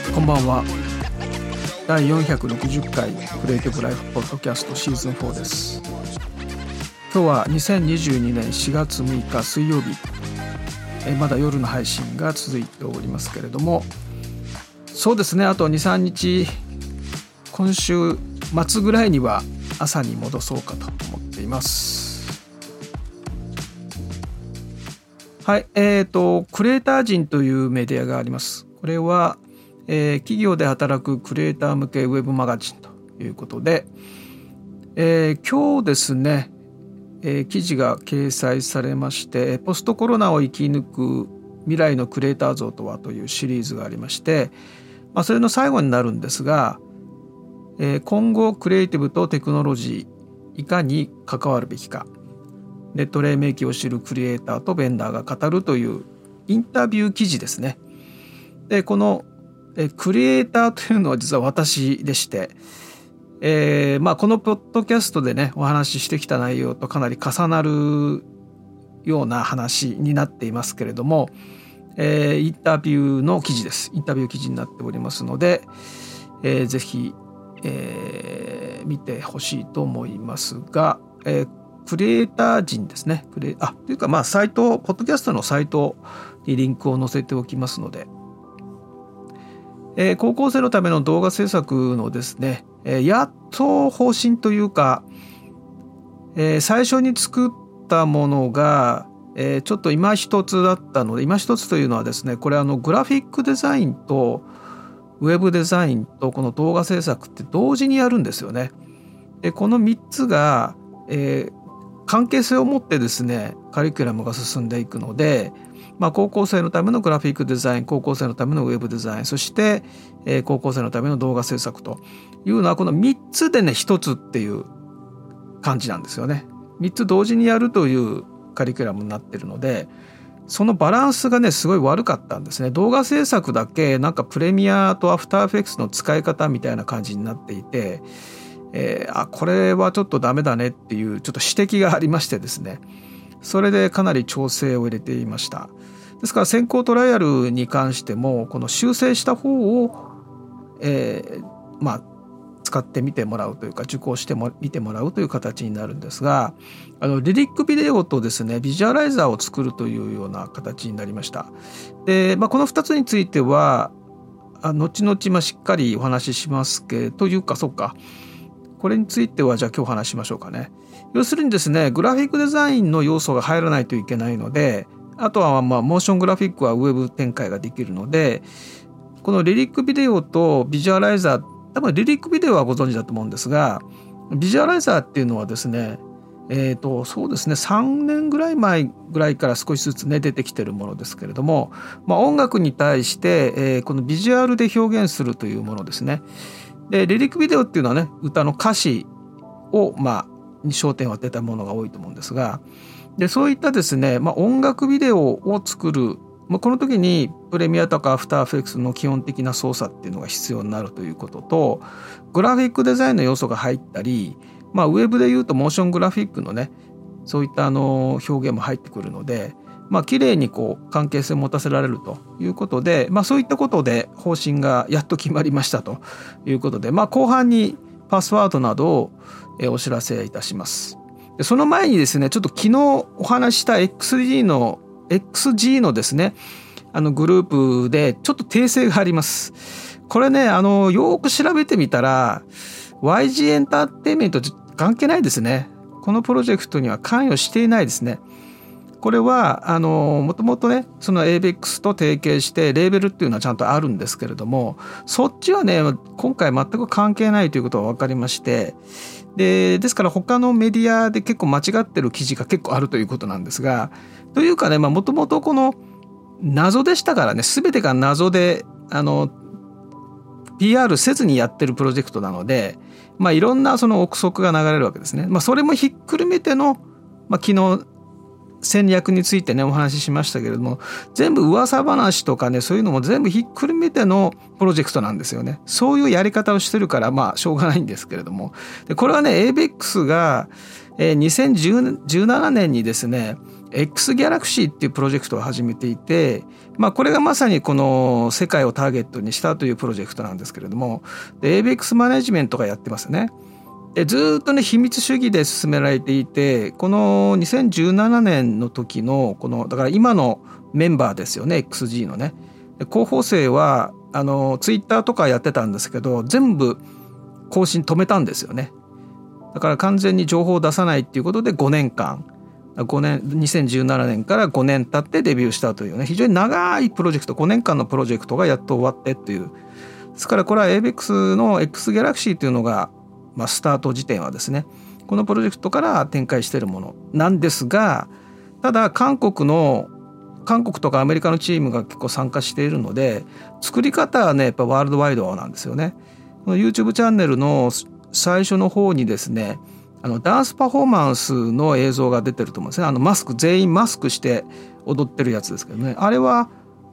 こんばんは。第460回クリエイティブライフポッドキャストシーズン4です。今日は2022年4月6日水曜日、まだ夜の配信が続いておりますけれども、そうですね、あと 2,3 日今週末ぐらいには朝に戻そうかと思っています。はい、クリエイター人というメディアがあります。これは、企業で働くクリエイター向けウェブマガジンということで、今日ですね、記事が掲載されまして、ポストコロナを生き抜く未来のクリエイター像とはというシリーズがありまして、それの最後になるんですが、今後クリエイティブとテクノロジーいかに関わるべきか、ネット黎明期を知るクリエイターとベンダーが語るというインタビュー記事ですね。でこのクリエイターというのは実は私でして、このポッドキャストでねお話ししてきた内容とかなり重なるような話になっていますけれども、インタビューの記事です。インタビュー記事になっておりますので、ぜひ、見てほしいと思いますが、クリエイター人ですね。というかサイト、ポッドキャストのサイトにリンクを載せておきますので、高校生のための動画制作のですね、やっと方針というか、最初に作ったものが、ちょっと今一つだったので、今一つというのはですね、これグラフィックデザインとウェブデザインとこの動画制作って同時にやるんですよね。でこの3つが、関係性を持ってですねカリキュラムが進んでいくので、高校生のためのグラフィックデザイン、高校生のためのウェブデザイン、そして、高校生のための動画制作というのはこの3つでね1つっていう感じなんですよね。3つ同時にやるというカリキュラムになっているので、そのバランスがねすごい悪かったんですね。動画制作だけなんかプレミアとアフターエフェクツの使い方みたいな感じになっていて、これはちょっとダメだねっていうちょっと指摘がありましてですね、それでかなり調整を入れていました。ですから先行トライアルに関してもこの修正した方を、使ってみてもらうというか受講してみてもらうという形になるんですが、リリックビデオとですねビジュアライザーを作るというような形になりました。で、この2つについては後々しっかりお話ししますけど、というかそうか、これについてはじゃあ今日話しましょうかね。要するにですね、グラフィックデザインの要素が入らないといけないので、あとはモーショングラフィックはウェブ展開ができるので、このリリックビデオとビジュアライザー、多分リリックビデオはご存知だと思うんですが、ビジュアライザーっていうのはですね、そうですね、3年ぐらい前ぐらいから少しずつね出てきてるものですけれども、音楽に対して、このビジュアルで表現するというものですね。でリリックビデオっていうのはね歌の歌詞をに焦点を当てたものが多いと思うんですが、でそういったですね、音楽ビデオを作る、この時にプレミアとかアフターエフェクツの基本的な操作っていうのが必要になるということと、グラフィックデザインの要素が入ったり、ウェブでいうとモーショングラフィックのねそういった表現も入ってくるので、綺麗に関係性を持たせられるということで、そういったことで方針がやっと決まりましたということで、後半にパスワードなどをお知らせいたします。でその前にですね、ちょっと昨日お話した XG のですねグループでちょっと訂正があります。これねよく調べてみたら YG エンターテインメントと関係ないですね。このプロジェクトには関与していないですね。これはもともとねその ABEX と提携してレーベルっていうのはちゃんとあるんですけれども、そっちはね今回全く関係ないということが分かりまして、ですから他のメディアで結構間違ってる記事が結構あるということなんですが、というかねもともとこの謎でしたからね、全てが謎でPR せずにやってるプロジェクトなので、いろんなその憶測が流れるわけですね。それもひっくるめての、昨日戦略についてねお話ししましたけれども、全部噂話とかねそういうのも全部ひっくるめてのプロジェクトなんですよね。そういうやり方をしてるからしょうがないんですけれども、でこれはね ABEX が2017年にですね X ギャラクシーっていうプロジェクトを始めていて、これがまさにこの世界をターゲットにしたというプロジェクトなんですけれども、で ABEX マネジメントがやってますね。でずっとね秘密主義で進められていて、この2017年の時のだから今のメンバーですよね、 XG のね候補生はツイッターとかやってたんですけど、全部更新止めたんですよね。だから完全に情報を出さないっていうことで2017年から5年経ってデビューしたというね、非常に長いプロジェクト、5年間のプロジェクトがやっと終わってっていう。ですからこれは ABEX の X ギャラクシーというのが、スタート時点はですね、このプロジェクトから展開しているものなんですが、ただ韓国とかアメリカのチームが結構参加しているので、作り方はねやっぱワールドワイドなんですよね。この YouTube チャンネルの最初の方にですね、ダンスパフォーマンスの映像が出てると思うんですね。全員マスクして踊ってるやつですけどね、あれは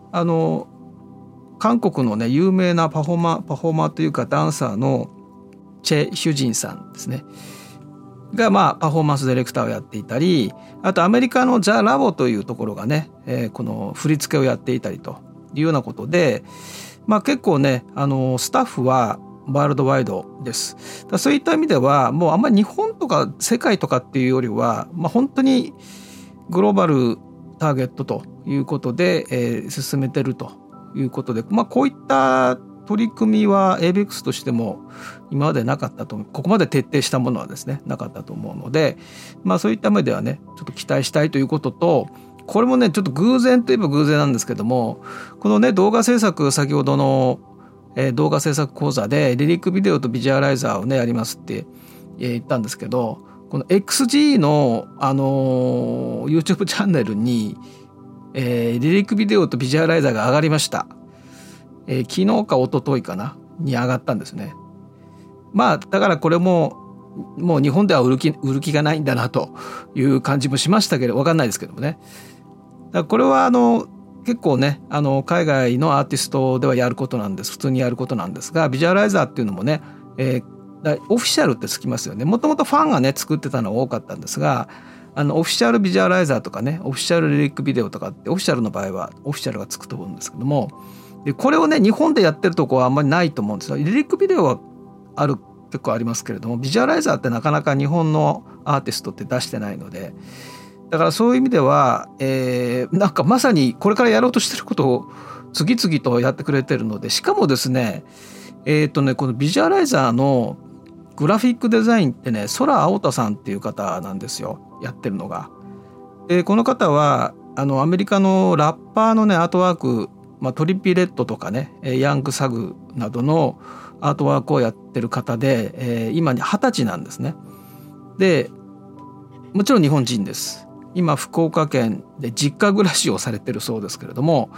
韓国のね有名なパフォーマーというかダンサーのチェ・ヒュジンさんですねがパフォーマンスディレクターをやっていたり、あとアメリカのザ・ラボというところがね、この振り付けをやっていたりというようなことで、結構ねスタッフはワールドワイドです。そういった意味ではもうあんまり日本とか世界とかっていうよりは、本当にグローバルターゲットということで、進めてるということで、こういった取り組みは ABEX としても今までなかったと、ここまで徹底したものはですねなかったと思うので、そういった目ではねちょっと期待したいということと、これもねちょっと偶然といえば偶然なんですけども、このね動画制作、先ほどの動画制作講座でリリックビデオとビジュアライザーをねやりますって言ったんですけど、この XG の、YouTube チャンネルに、リリックビデオとビジュアライザーが上がりました。昨日か一昨日かなに上がったんですね。だからこれもう日本では売る気がないんだなという感じもしましたけど、分かんないですけどもね。だからこれは結構ね海外のアーティストではやることなんです。普通にやることなんですが、ビジュアライザーっていうのもね、オフィシャルってつきますよね。もともとファンがね作ってたのが多かったんですが、オフィシャルビジュアライザーとかね、オフィシャルリリックビデオとかって、オフィシャルの場合はオフィシャルがつくと思うんですけども、でこれをね日本でやってるとこはあんまりないと思うんですよ。リリックビデオは結構ありますけれども、ビジュアライザーってなかなか日本のアーティストって出してないので、だからそういう意味では、なんかまさにこれからやろうとしてることを次々とやってくれてるので、しかもですねこのビジュアライザーのグラフィックデザインってね、空青田さんっていう方なんですよ、やってるのが。でこの方はアメリカのラッパーのねアートワーク、トリピレットとかねヤングサグなどのアートワークをやってる方で、今20歳なんですね。でもちろん日本人です。今福岡県で実家暮らしをされてるそうですけれども、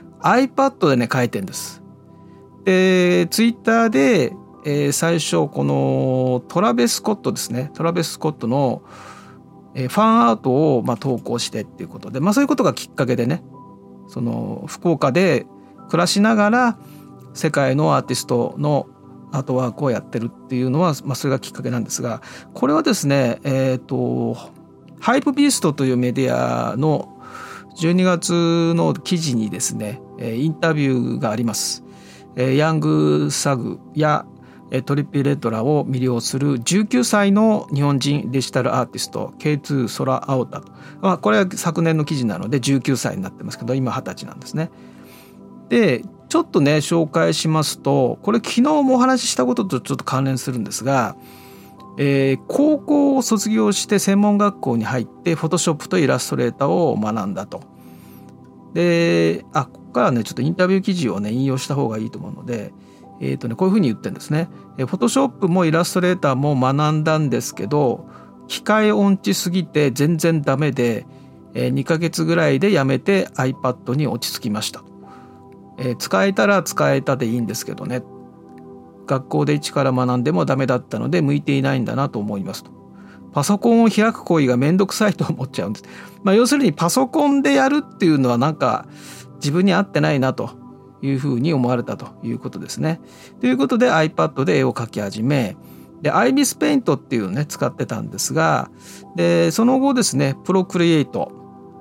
iPad でね書いてるんです。でツイッターで、最初このトラベス・スコットですね、トラベス・スコットの、ファンアートを投稿してっていうことで、そういうことがきっかけでね、その福岡で暮らしながら世界のアーティストのアートワークをやってるっていうのは、それがきっかけなんですが、これはですねハイプビーストというメディアの12月の記事にですねインタビューがあります。ヤングサグやトリピレドラを魅了する19歳の日本人デジタルアーティスト K2 空青田、これは昨年の記事なので19歳になってますけど、今20歳なんですね。でちょっとね紹介しますと、これ昨日もお話ししたこととちょっと関連するんですが、高校を卒業して専門学校に入ってフォトショップとイラストレーターを学んだと。でここからねちょっとインタビュー記事をね引用した方がいいと思うので、こういうふうに言ってるんですね。フォトショップもイラストレーターも学んだんですけど、機械音痴すぎて全然ダメで、2ヶ月ぐらいでやめて iPad に落ち着きました。使えたら使えたでいいんですけどね、学校で一から学んでもダメだったので向いていないんだなと思いますと。パソコンを開く行為がめんどくさいと思っちゃうんです。要するにパソコンでやるっていうのはなんか自分に合ってないなというふうに思われたということですね。ということで iPad で絵を描き始め、で IBIS Paint っていうのをね使ってたんですが、でその後ですねプロクリエイト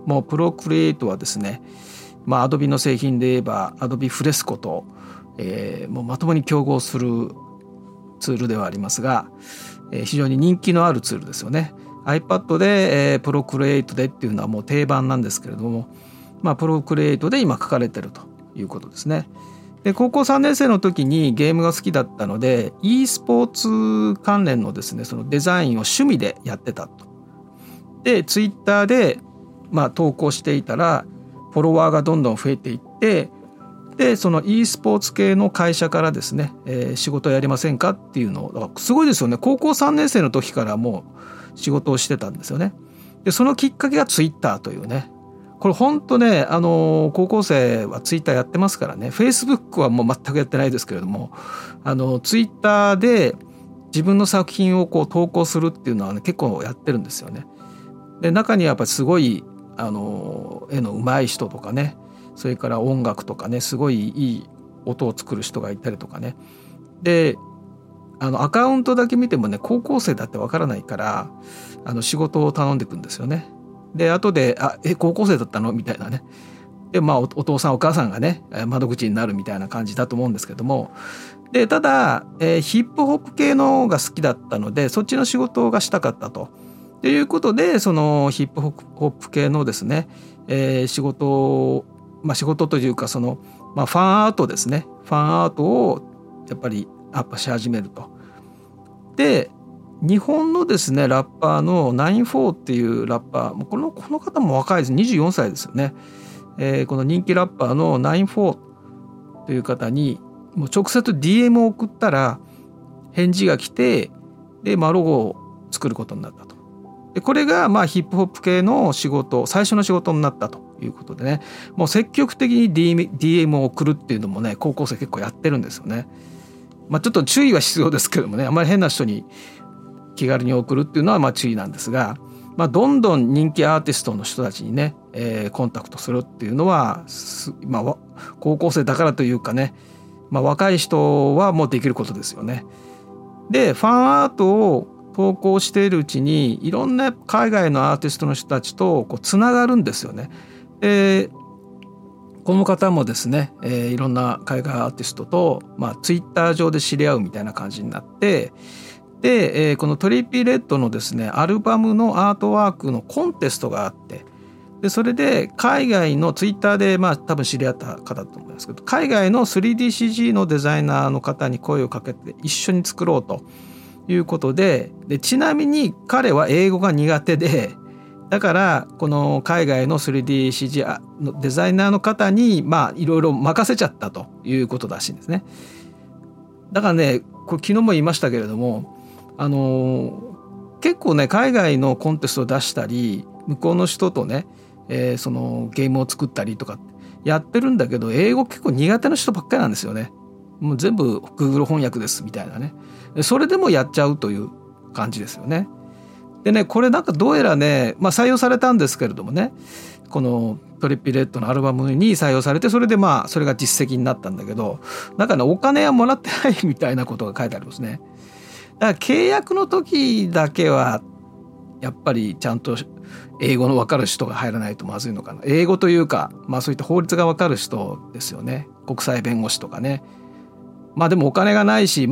もうプロクリエイトはですね、アドビの製品で言えばアドビフレスコと、もうまともに競合するツールではありますが、非常に人気のあるツールですよね。iPad で、プロクリエイトでっていうのはもう定番なんですけれども、プロクリエイトで今書かれてるということですね。で高校3年生の時にゲームが好きだったので e スポーツ関連のですねそのデザインを趣味でやってたと。でツイッターで投稿していたらフォロワーがどんどん増えていって、でその e スポーツ系の会社からですね、仕事やりませんかっていうのを、だからすごいですよね。高校3年生の時からもう仕事をしてたんですよね。でそのきっかけがツイッターというね、これ本当ね、高校生はツイッターやってますからね。フェイスブックはもう全くやってないですけれども、ツイッターで自分の作品をこう投稿するっていうのはね、結構やってるんですよね。で中にはやっぱりすごい絵の上手い人とかね、それから音楽とかね、すごいいい音を作る人がいたりとかね。でアカウントだけ見てもね、高校生だってわからないから仕事を頼んでいくんですよね。で後で高校生だったのみたいなね。でお父さんお母さんがね窓口になるみたいな感じだと思うんですけども、でただ、ヒップホップ系のが好きだったのでそっちの仕事がしたかったということで、そのヒップホップ系のですね、仕事というかその、ファンアートですね、ファンアートをやっぱりアップし始めると。で日本のですねラッパーの94っていうラッパー、この方も若いです。24歳ですよね。この人気ラッパーの94という方にもう直接 DM を送ったら返事が来て、でロゴを作ることになったと。でこれがヒップホップ系の仕事、最初の仕事になったということでね、もう積極的に DM を送るっていうのもね、高校生結構やってるんですよね。ちょっと注意は必要ですけどもね、あまり変な人に気軽に送るっていうのは注意なんですが、どんどん人気アーティストの人たちにね、コンタクトするっていうのは、高校生だからというかね、若い人はもうできることですよね。でファンアートを投稿しているうちにいろんな海外のアーティストの人たちとこうつながるんですよね。でこの方もですね、いろんな海外アーティストと、ツイッター上で知り合うみたいな感じになって、で、このトリピーレッドのですねアルバムのアートワークのコンテストがあって、でそれで海外のツイッターで多分知り合った方だと思いますけど、海外の 3DCG のデザイナーの方に声をかけて一緒に作ろうということで、ちなみに彼は英語が苦手で、だからこの海外の 3DCG のデザイナーの方にいろいろ任せちゃったということらしいんですね。だからね、これ昨日も言いましたけれども、結構ね海外のコンテストを出したり向こうの人とね、そのゲームを作ったりとかやってるんだけど、英語結構苦手な人ばっかりなんですよね。もう全部 Google 翻訳ですみたいなね。それでもやっちゃうという感じですよね。でね、これどうやらね、採用されたんですけれどもね、このトリピレットのアルバムに採用されて、それでそれが実績になったんだけど、お金はもらってないみたいなことが書いてありますね。だから契約の時だけはやっぱりちゃんと英語の分かる人が入らないとまずいのかな。英語というか、そういった法律が分かる人ですよね。国際弁護士とかね。でもお金がないし、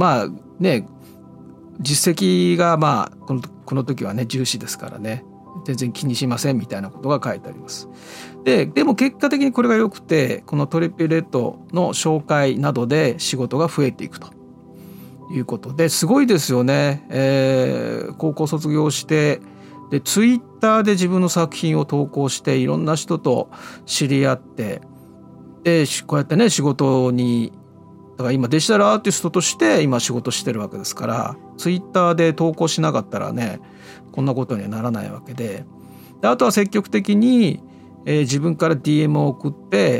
実績がこの時はね重視ですからね、全然気にしませんみたいなことが書いてあります。でも結果的にこれが良くて、このトリピレットの紹介などで仕事が増えていくということですごいですよね。高校卒業してでツイッターで自分の作品を投稿していろんな人と知り合って、でこうやってね仕事に、だから今デジタルアーティストとして今仕事してるわけですから、ツイッターで投稿しなかったらねこんなことにはならないわけで、あとは積極的に、自分から DM を送って、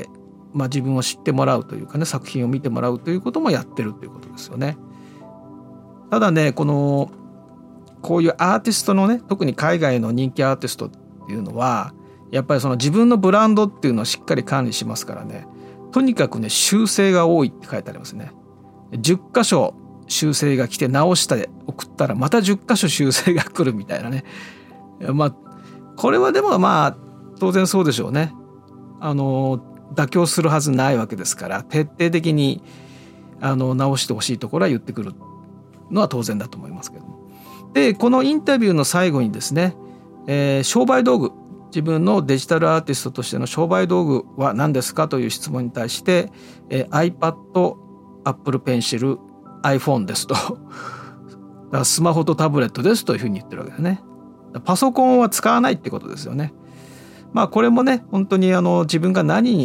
自分を知ってもらうというかね、作品を見てもらうということもやってるということですよね。ただね、こういうアーティストのね、特に海外の人気アーティストっていうのはやっぱりその自分のブランドっていうのをしっかり管理しますからね、とにかくね修正が多いって書いてありますね。10箇所修正が来て直して送ったらまた10箇所修正が来るみたいなね。これはでも当然そうでしょうね。妥協するはずないわけですから、徹底的に直してほしいところは言ってくるのは当然だと思いますけども。でこのインタビューの最後にですね、商売道具、自分のデジタルアーティストとしての商売道具は何ですかという質問に対して、iPad、Apple Pencil、iPhone ですとスマホとタブレットですというふうに言ってるわけですね。パソコンは使わないってことですよね。これもね、本当に自分が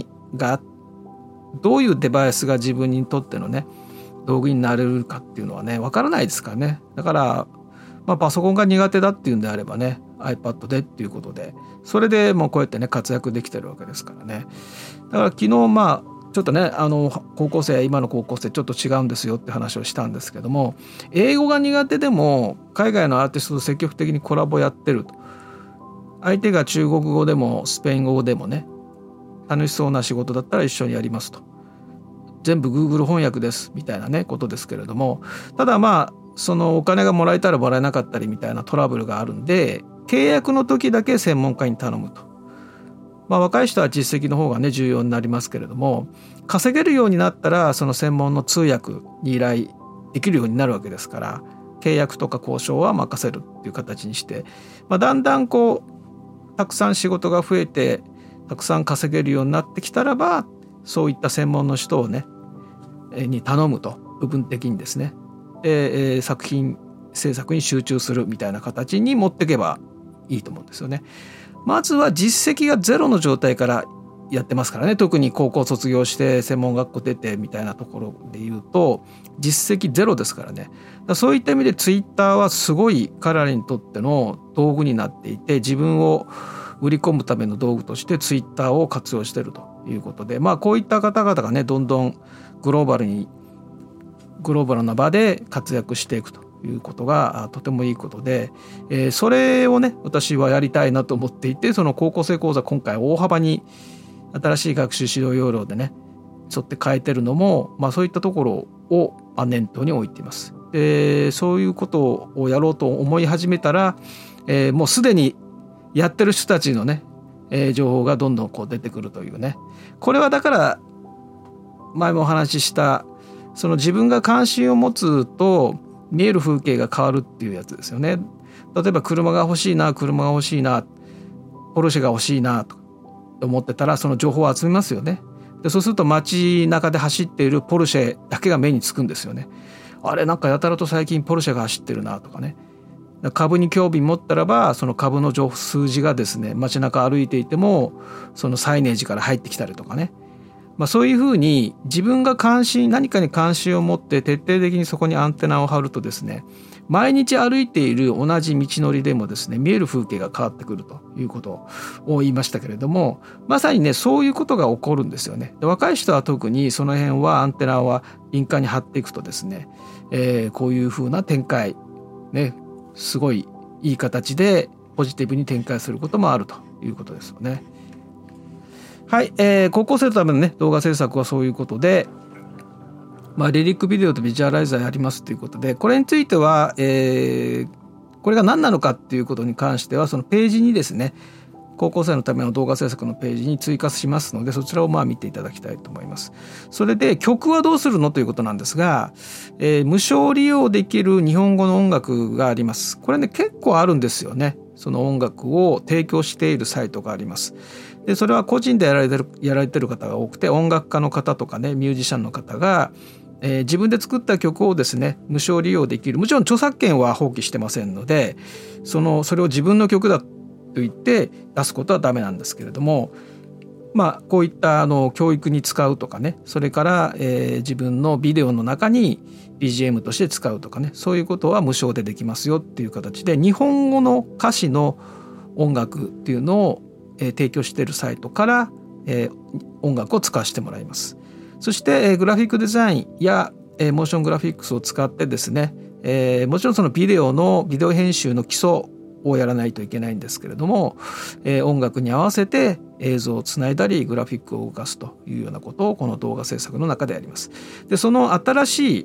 どういうデバイスが自分にとってのね道具になれるかっていうのはね分からないですからね。だからパソコンが苦手だっていうんであればね iPad でっていうことで、それでもうこうやってね活躍できてるわけですからね。だから昨日ちょっとね今の高校生ちょっと違うんですよって話をしたんですけども、英語が苦手でも海外のアーティストと積極的にコラボやってると。相手が中国語でもスペイン語でもね楽しそうな仕事だったら一緒にやりますと。全部 Google 翻訳ですみたいなねことですけれども、ただそのお金がもらえたらもらえなかったりみたいなトラブルがあるんで、契約の時だけ専門家に頼むと。若い人は実績の方がね重要になりますけれども、稼げるようになったらその専門の通訳に依頼できるようになるわけですから、契約とか交渉は任せるっていう形にして、だんだんたくさん仕事が増えてたくさん稼げるようになってきたらば、そういった専門の人をねに頼むと、部分的にですね。で、作品制作に集中するみたいな形に持っていけばいいと思うんですよね。まずは実績がゼロの状態からやってますからね。特に高校卒業して専門学校出てみたいなところで言うと実績ゼロですからね。そういった意味でツイッターはすごい彼らにとっての道具になっていて、自分を売り込むための道具としてツイッターを活用しているということで、こういった方々がねどんどんグローバルな場で活躍していくということがとてもいいことで、それをね私はやりたいなと思っていて、その高校生講座今回大幅に新しい学習指導要領でね沿って変えてるのも、そういったところを念頭に置いています。でそういうことをやろうと思い始めたら、もうすでにやってる人たちのね、情報がどんどん出てくるというね。これはだから前もお話ししたその自分が関心を持つと見える風景が変わるっていうやつですよね。例えば車が欲しいな、ポルシェが欲しいなと思ってたらその情報を集めますよね。でそうすると街中で走っているポルシェだけが目につくんですよね。あれなんかやたらと最近ポルシェが走ってるなとかね。株に興味持ったらばその株の数字がですね街中歩いていてもそのサイネージから入ってきたりとかね。そういうふうに自分が何かに関心を持って徹底的にそこにアンテナを張るとですね、毎日歩いている同じ道のりでもですね見える風景が変わってくるということを言いましたけれども、まさにねそういうことが起こるんですよね。で若い人は特にその辺はアンテナは敏感に張っていくとですね、こういうふうな展開ね、すごいいい形でポジティブに展開することもあるということですよね。はい、高校生のためのね動画制作はそういうことで、リリックビデオとビジュアライザーやりますということで、これについては、これが何なのかっていうことに関してはそのページにですね高校生のための動画制作のページに追加しますので、そちらを見ていただきたいと思います。それで曲はどうするのということなんですが、無償利用できる日本語の音楽があります。これね結構あるんですよね。その音楽を提供しているサイトがあります。でそれは個人でやられてる方が多くて、音楽家の方とかねミュージシャンの方が、自分で作った曲をですね無償利用できる。もちろん著作権は放棄してませんのでそれを自分の曲だと言って出すことはダメなんですけれども、こういった教育に使うとかね、それから、自分のビデオの中に BGM として使うとかね、そういうことは無償でできますよっていう形で日本語の歌詞の音楽っていうのを提供しているサイトから、音楽を使わせてもらいます。そして、グラフィックデザインや、モーショングラフィックスを使ってですね、もちろんそのビデオ編集の基礎をやらないといけないんですけれども、音楽に合わせて映像をつないだりグラフィックを動かすというようなことをこの動画制作の中でやります。でその新しい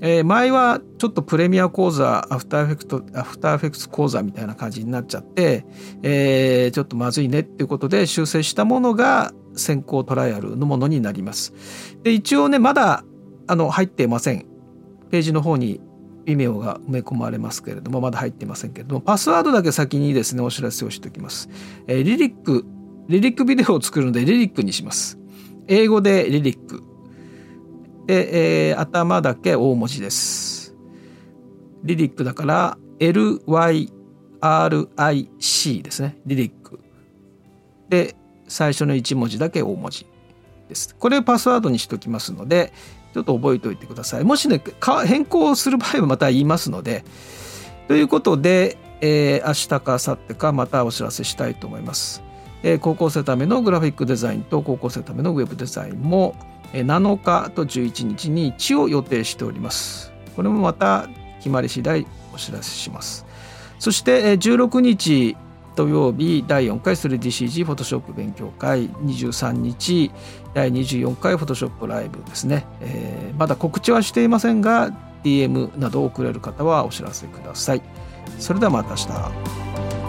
前はちょっとプレミア講座、アフターエフェクツ講座みたいな感じになっちゃって、ちょっとまずいねっていうことで修正したものが先行トライアルのものになります。で、一応ね、まだ入っていません。ページの方に微妙が埋め込まれますけれども、まだ入っていませんけれども、パスワードだけ先にですね、お知らせをしておきます。リリックビデオを作るのでリリックにします。英語でリリック。で、頭だけ大文字です。リリックだから LYRIC ですね。リリック。で、最初の1文字だけ大文字です。これをパスワードにしておきますので、ちょっと覚えておいてください。もしね、変更する場合はまた言いますので。ということで、明日か明後日かまたお知らせしたいと思います。高校生のためのグラフィックデザインと高校生のためのウェブデザインも7日と11日に一応予定しております。これもまた決まり次第お知らせします。そして16日土曜日第4回 3DCG フォトショップ勉強会、23日第24回フォトショップライブですね。まだ告知はしていませんが DM などを送れる方はお知らせください。それではまた明日。